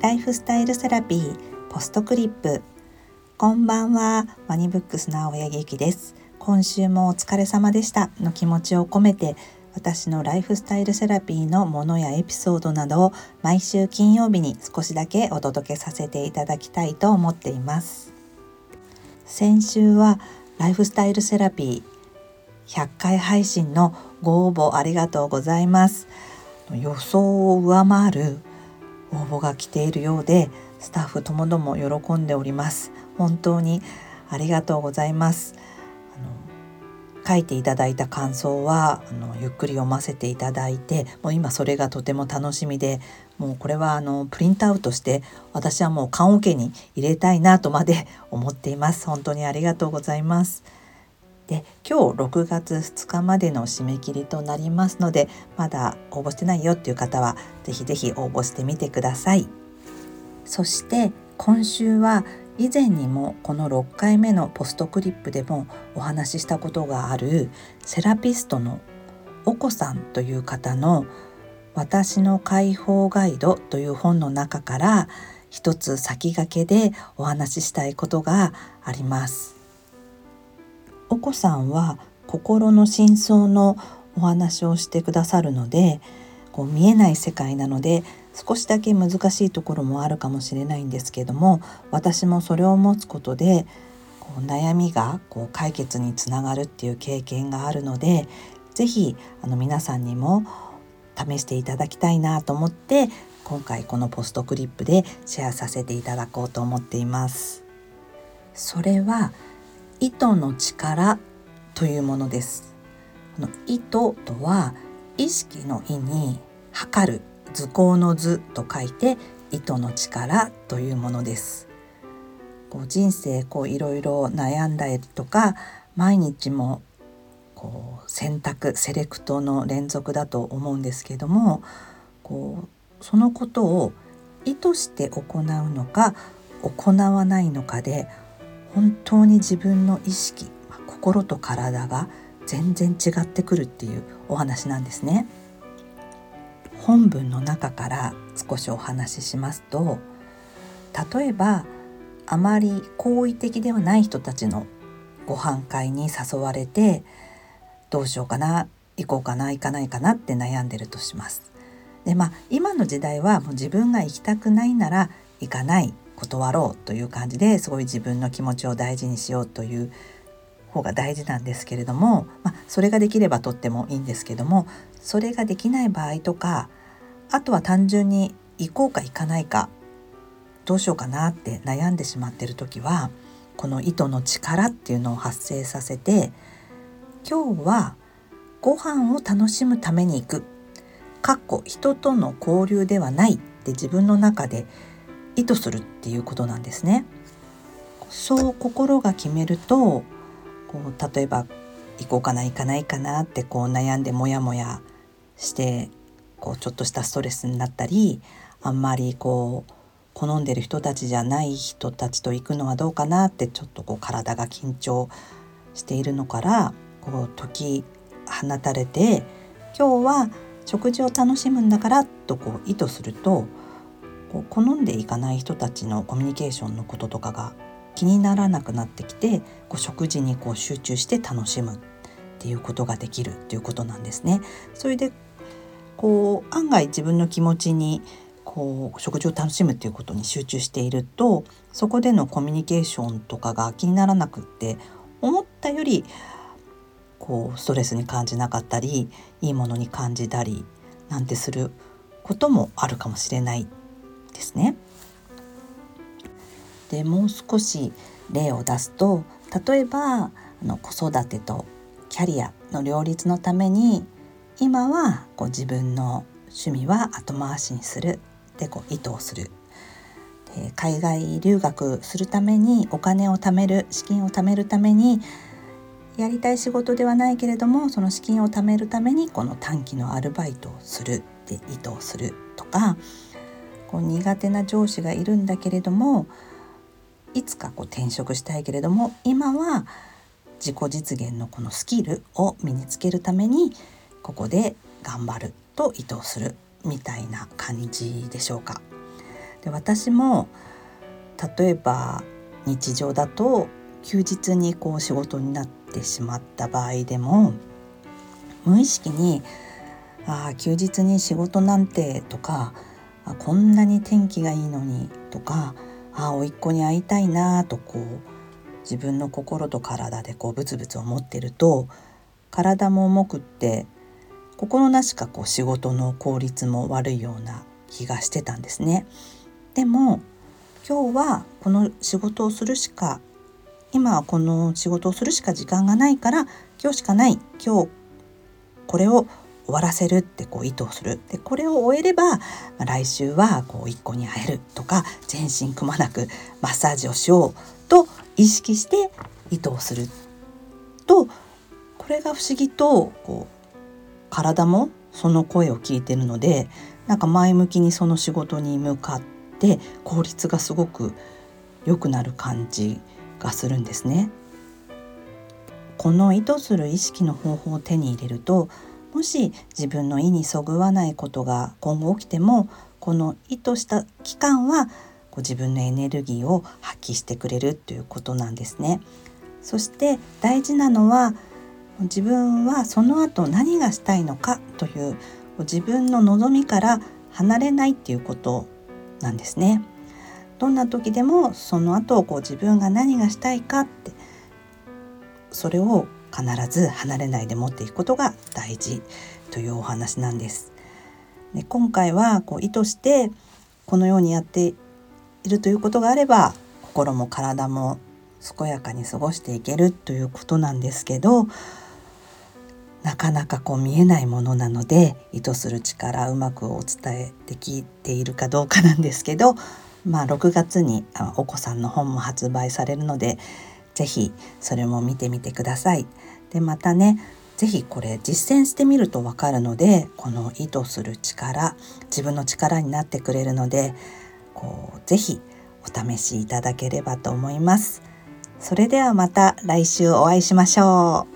ライフスタイルセラピーポストクリップ。こんばんは、ワニブックスの青柳ゆきです。今週もお疲れ様でしたの気持ちを込めて、私のライフスタイルセラピーのものやエピソードなどを毎週金曜日に少しだけお届けさせていただきたいと思っています。先週はライフスタイルセラピー100回配信のご応募ありがとうございます。予想を上回る応募が来ているようで、スタッフともども喜んでおります。本当にありがとうございます。書いていただいた感想はゆっくり読ませていただいて、もう今それがとても楽しみで、もうこれはプリントアウトして私はもう棺桶に入れたいなとまで思っています。本当にありがとうございます。で、今日6月2日までの締め切りとなりますので、まだ応募してないよっていう方はぜひぜひ応募してみてください。そして今週は以前にもこの6回目のポストクリップでもお話ししたことがあるセラピストのおこさんという方の私の解放ガイドという本の中から一つ先駆けでお話ししたいことがあります。おこさんは心の深層のお話をしてくださるので、見えない世界なので少しだけ難しいところもあるかもしれないんですけども、私もそれを持つことで悩みが解決につながるっていう経験があるので、ぜひ皆さんにも試していただきたいなと思って、今回このポストクリップでシェアさせていただこうと思っています。それは糸の力というものです。糸とは意識の意に測る、図工の図と書いて糸の力というものです。人生いろいろ悩んだりとか、毎日も選択セレクトの連続だと思うんですけども、そのことを意図して行うのか行わないのかで、本当に自分の意識、心と体が全然違ってくるっていうお話なんですね。本文の中から少しお話ししますと、例えばあまり好意的ではない人たちのご飯会に誘われて、どうしようかな、行こうかな、行かないかなって悩んでるとします。で、今の時代はもう自分が行きたくないなら行かない、断ろうという感じで、すごい自分の気持ちを大事にしようという方が大事なんですけれども、それができればとってもいいんですけども、それができない場合とか、あとは単純に行こうか行かないか、どうしようかなって悩んでしまっている時は、この糸の力っていうのを発生させて、今日はご飯を楽しむために行く、人との交流ではないって自分の中で意図するっていうことなんですね。そう心が決めると、例えば行こうかな行かないかなって悩んでモヤモヤしてちょっとしたストレスになったり、あんまり好んでる人たちじゃない人たちと行くのはどうかなってちょっと体が緊張しているのから解き放たれて、今日は食事を楽しむんだからと意図すると、好んでいかない人たちのコミュニケーションのこととかが気にならなくなってきて、食事に集中して楽しむっていうことができるっていうことなんですね。それで案外自分の気持ちに食事を楽しむっていうことに集中していると、そこでのコミュニケーションとかが気にならなくって、思ったよりストレスに感じなかったり、いいものに感じたりなんてすることもあるかもしれないですね。で、もう少し例を出すと、例えば子育てとキャリアの両立のために、今は自分の趣味は後回しにするで意図をする。で、海外留学するためにお金を貯める、資金を貯めるために、やりたい仕事ではないけれども、その資金を貯めるために短期のアルバイトをするで意図をするとか、苦手な上司がいるんだけれども、いつか転職したいけれども、今は自己実現のスキルを身につけるためにここで頑張ると意図するみたいな感じでしょうか。 で、私も例えば日常だと休日に仕事になってしまった場合でも、無意識に休日に仕事なんてとか、こんなに天気がいいのにとか、甥っ子に会いたいなと自分の心と体でブツブツ思ってると、体も重くって心なしか仕事の効率も悪いような気がしてたんですね。でも今日はこの仕事をするしか、今はこの仕事をするしか時間がないから、今日しかない、今日これを終わらせるって意図をする。でこれを終えれば、来週は一個に会えるとか、全身くまなくマッサージをしようと意識して意図をすると、これが不思議と体もその声を聞いてるので、前向きにその仕事に向かって効率がすごく良くなる感じがするんですね。この意図する意識の方法を手に入れると、もし自分の意にそぐわないことが今後起きても、この意図した期間は自分のエネルギーを発揮してくれるということなんですね。そして大事なのは、自分はその後何がしたいのかという自分の望みから離れないっていうことなんですね。どんな時でもその後自分が何がしたいかって、それを必ず離れないで持っていくことが大事というお話なんです。で、今回は意図してこのようにやっているということがあれば、心も体も健やかに過ごしていけるということなんですけど、なかなか見えないものなので、意図する力うまくお伝えできているかどうかなんですけど、6月にお子さんの本も発売されるので、ぜひそれも見てみてください。でまたね、ぜひこれ実践してみると分かるので、この意図する力、自分の力になってくれるので、ぜひお試しいただければと思います。それではまた来週お会いしましょう。